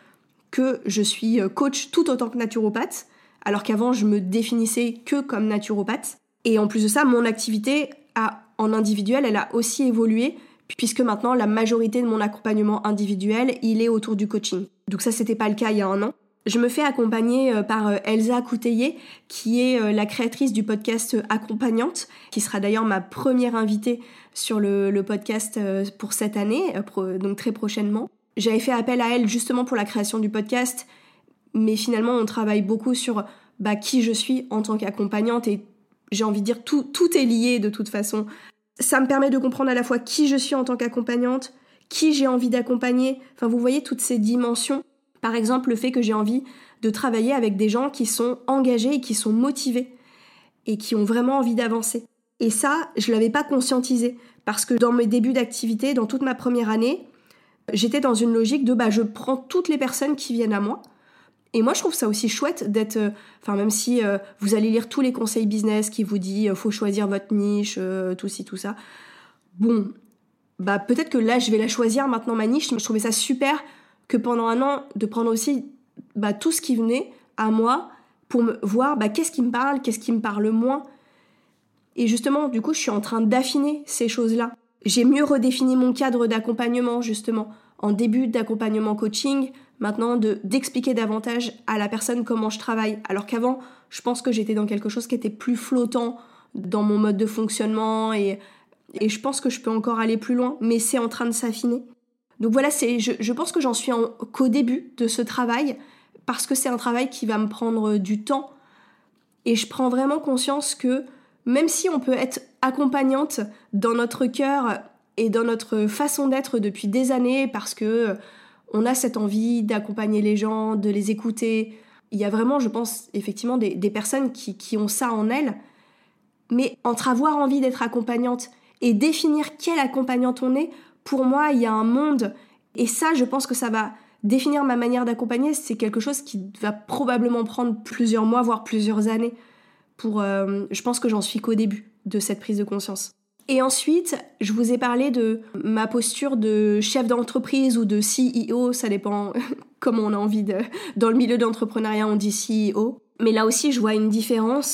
que je suis coach tout autant que naturopathe, alors qu'avant je me définissais que comme naturopathe. Et en plus de ça, mon activité a, en individuel, elle a aussi évolué, puisque maintenant la majorité de mon accompagnement individuel, il est autour du coaching. Donc ça, c'était pas le cas il y a un an. Je me fais accompagner par Elsa Couteyé, qui est la créatrice du podcast Accompagnante, qui sera d'ailleurs ma première invitée sur le, le podcast pour cette année, donc très prochainement. J'avais fait appel à elle justement pour la création du podcast, mais finalement on travaille beaucoup sur bah, qui je suis en tant qu'accompagnante, et j'ai envie de dire tout, tout est lié de toute façon. Ça me permet de comprendre à la fois qui je suis en tant qu'accompagnante, qui j'ai envie d'accompagner, enfin vous voyez toutes ces dimensions. Par exemple, le fait que j'ai envie de travailler avec des gens qui sont engagés et qui sont motivés et qui ont vraiment envie d'avancer. Et ça, je ne l'avais pas conscientisé parce que dans mes débuts d'activité, dans toute ma première année, j'étais dans une logique de bah, je prends toutes les personnes qui viennent à moi. Et moi, je trouve ça aussi chouette d'être... Euh, enfin, même si euh, vous allez lire tous les conseils business qui vous disent euh, « faut choisir votre niche euh, », tout ci, tout ça. Bon, bah peut-être que là, je vais la choisir maintenant, ma niche. Mais je trouvais ça super que pendant un an, de prendre aussi bah, tout ce qui venait à moi pour me voir bah, qu'est-ce qui me parle, qu'est-ce qui me parle moins. Et justement, du coup, je suis en train d'affiner ces choses-là. J'ai mieux redéfini mon cadre d'accompagnement, justement, en début d'accompagnement coaching, maintenant de, d'expliquer davantage à la personne comment je travaille. Alors qu'avant, je pense que j'étais dans quelque chose qui était plus flottant dans mon mode de fonctionnement et, et je pense que je peux encore aller plus loin, mais c'est en train de s'affiner. Donc voilà, c'est, je, je pense que j'en suis en, qu'au début de ce travail, parce que c'est un travail qui va me prendre du temps. Et je prends vraiment conscience que même si on peut être accompagnante dans notre cœur et dans notre façon d'être depuis des années, parce que on a cette envie d'accompagner les gens, de les écouter, il y a vraiment, je pense, effectivement des, des personnes qui, qui ont ça en elles. Mais entre avoir envie d'être accompagnante et définir quelle accompagnante on est, pour moi, il y a un monde, et ça, je pense que ça va définir ma manière d'accompagner. C'est quelque chose qui va probablement prendre plusieurs mois, voire plusieurs années. Pour, euh, je pense que j'en suis qu'au début de cette prise de conscience. Et ensuite, je vous ai parlé de ma posture de chef d'entreprise ou de C E O, ça dépend comment on a envie de... Dans le milieu d'entrepreneuriat, on dit C E O. Mais là aussi, je vois une différence,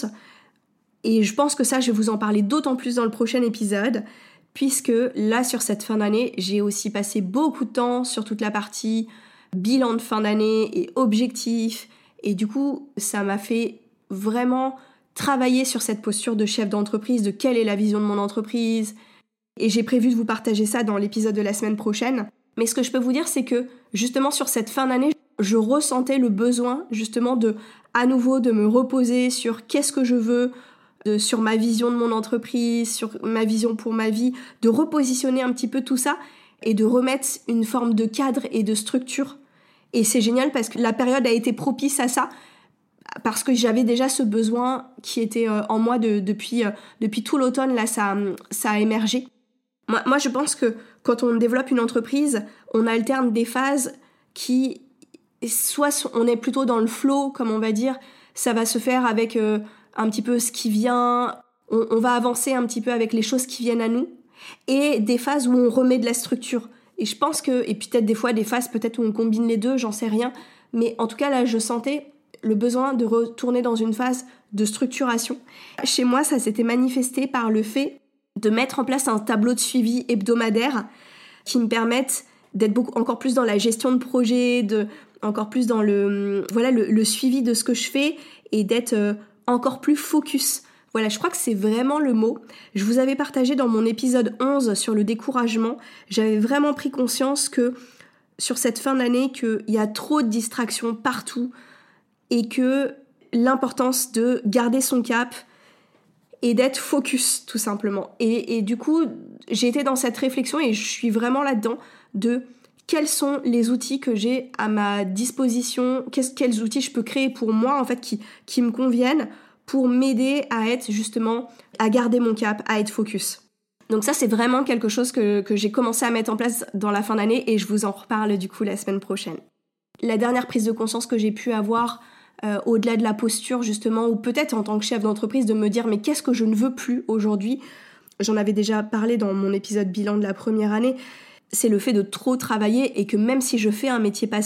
et je pense que ça, je vais vous en parler d'autant plus dans le prochain épisode, puisque là, sur cette fin d'année, j'ai aussi passé beaucoup de temps sur toute la partie bilan de fin d'année et objectifs. Et du coup, ça m'a fait vraiment travailler sur cette posture de chef d'entreprise, de quelle est la vision de mon entreprise. Et j'ai prévu de vous partager ça dans l'épisode de la semaine prochaine. Mais ce que je peux vous dire, c'est que justement sur cette fin d'année, je ressentais le besoin justement de, à nouveau, de me reposer sur qu'est-ce que je veux, de, sur ma vision de mon entreprise, sur ma vision pour ma vie, de repositionner un petit peu tout ça et de remettre une forme de cadre et de structure. Et c'est génial parce que la période a été propice à ça, parce que j'avais déjà ce besoin qui était euh, en moi de, depuis, euh, depuis tout l'automne, là ça, ça a émergé. Moi, moi je pense que quand on développe une entreprise, on alterne des phases qui, soit on est plutôt dans le flow, comme on va dire, ça va se faire avec euh, un petit peu ce qui vient, on, on va avancer un petit peu avec les choses qui viennent à nous, et des phases où on remet de la structure. Et je pense que, et peut-être des fois des phases peut-être où on combine les deux, j'en sais rien, mais en tout cas là je sentais le besoin de retourner dans une phase de structuration. Chez moi, ça s'était manifesté par le fait de mettre en place un tableau de suivi hebdomadaire qui me permette d'être beaucoup, encore plus dans la gestion de projet, de, encore plus dans le, voilà, le, le suivi de ce que je fais et d'être euh, encore plus focus. Voilà, je crois que c'est vraiment le mot. Je vous avais partagé dans mon épisode onze sur le découragement, j'avais vraiment pris conscience que sur cette fin d'année, qu'il y a trop de distractions partout, et que l'importance de garder son cap et d'être focus, tout simplement. Et, et du coup, j'ai été dans cette réflexion et je suis vraiment là-dedans de quels sont les outils que j'ai à ma disposition, quels outils je peux créer pour moi, en fait, qui, qui me conviennent pour m'aider à être justement, à garder mon cap, à être focus. Donc ça, c'est vraiment quelque chose que, que j'ai commencé à mettre en place dans la fin d'année et je vous en reparle du coup la semaine prochaine. La dernière prise de conscience que j'ai pu avoir Euh, au-delà de la posture justement, ou peut-être en tant que chef d'entreprise de me dire mais qu'est-ce que je ne veux plus aujourd'hui, j'en avais déjà parlé dans mon épisode bilan de la première année, c'est le fait de trop travailler et que même si je fais un métier passion,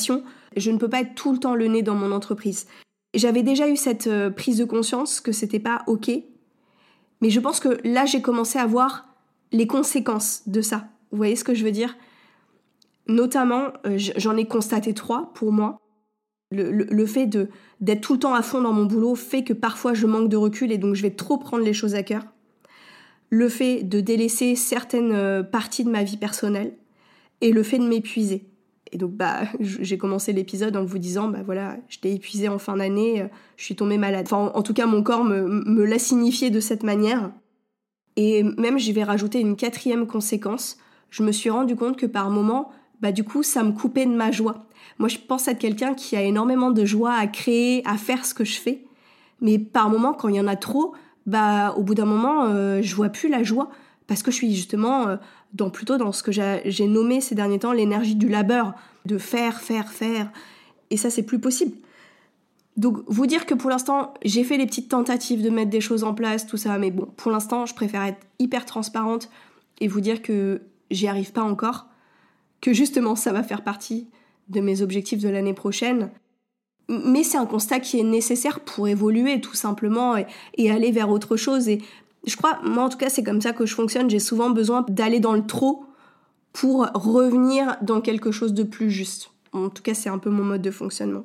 Je ne peux pas être tout le temps le nez dans mon entreprise. J'avais déjà eu cette euh, prise de conscience que c'était pas ok, mais je pense que là, j'ai commencé à voir les conséquences de ça. Vous voyez ce que je veux dire ? Notamment, euh, j'en ai constaté trois pour moi. Le, le, le fait de, d'être tout le temps à fond dans mon boulot fait que parfois je manque de recul et donc je vais trop prendre les choses à cœur. Le fait de délaisser certaines euh, parties de ma vie personnelle et le fait de m'épuiser. Et donc, bah, j'ai commencé l'épisode en vous disant, bah voilà, j'étais épuisée en fin d'année, je suis tombée malade. Enfin, en tout cas, mon corps me, me l'a signifié de cette manière. Et même, je vais rajouter une quatrième conséquence. Je me suis rendu compte que par moments, bah du coup, ça me coupait de ma joie. Moi, je pense être quelqu'un qui a énormément de joie à créer, à faire ce que je fais. Mais par moments, quand il y en a trop, bah au bout d'un moment, euh, je vois plus la joie. Parce que je suis justement euh, dans, plutôt dans ce que j'ai, j'ai nommé ces derniers temps l'énergie du labeur, de faire, faire, faire. Et ça, c'est plus possible. Donc, vous dire que pour l'instant, j'ai fait les petites tentatives de mettre des choses en place, tout ça. Mais bon, pour l'instant, je préfère être hyper transparente et vous dire que j'y arrive pas encore. Que justement, ça va faire partie de mes objectifs de l'année prochaine. Mais c'est un constat qui est nécessaire pour évoluer, tout simplement, et, et aller vers autre chose. Et je crois, moi en tout cas, c'est comme ça que je fonctionne. J'ai souvent besoin d'aller dans le trop pour revenir dans quelque chose de plus juste. En tout cas, c'est un peu mon mode de fonctionnement.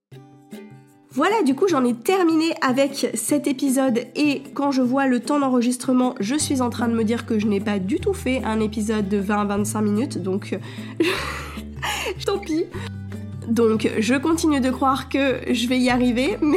Voilà, du coup, j'en ai terminé avec cet épisode et quand je vois le temps d'enregistrement, je suis en train de me dire que je n'ai pas du tout fait un épisode de vingt à vingt-cinq minutes, donc tant pis. Donc, je continue de croire que je vais y arriver, mais...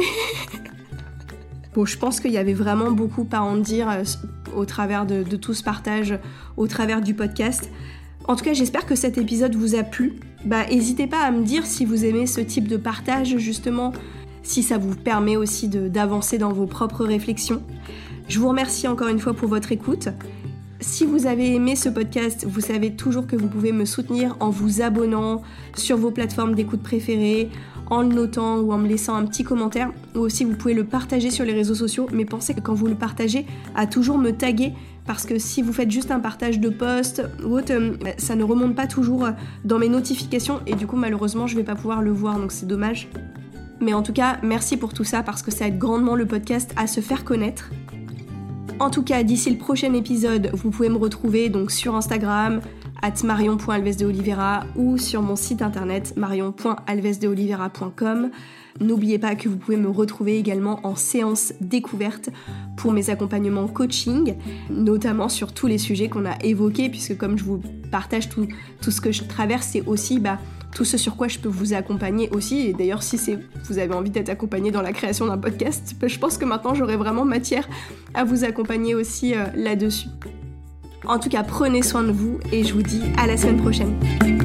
Bon, je pense qu'il y avait vraiment beaucoup à en dire euh, au travers de, de tout ce partage, au travers du podcast. En tout cas, j'espère que cet épisode vous a plu. Bah, n'hésitez pas à me dire si vous aimez ce type de partage, justement, si ça vous permet aussi de, d'avancer dans vos propres réflexions. Je vous remercie encore une fois pour votre écoute. Si vous avez aimé ce podcast, vous savez toujours que vous pouvez me soutenir en vous abonnant sur vos plateformes d'écoute préférées, en le notant ou en me laissant un petit commentaire, ou aussi vous pouvez le partager sur les réseaux sociaux, mais pensez que quand vous le partagez, à toujours me taguer, parce que si vous faites juste un partage de post ou autre, ça ne remonte pas toujours dans mes notifications, et du coup malheureusement je vais pas pouvoir le voir, donc c'est dommage. Mais en tout cas, merci pour tout ça, parce que ça aide grandement le podcast à se faire connaître. En tout cas, d'ici le prochain épisode, vous pouvez me retrouver donc sur Instagram, arobase marion point alves de oliveira ou sur mon site internet marion point alves de oliveira point com. N'oubliez pas que vous pouvez me retrouver également en séance découverte pour mes accompagnements coaching, notamment sur tous les sujets qu'on a évoqués, puisque comme je vous partage tout, tout ce que je traverse, c'est aussi bah, tout ce sur quoi je peux vous accompagner aussi. Et d'ailleurs, si c'est, vous avez envie d'être accompagné dans la création d'un podcast, je pense que maintenant j'aurai vraiment matière à vous accompagner aussi euh, là-dessus. En tout cas, prenez soin de vous et je vous dis à la semaine prochaine.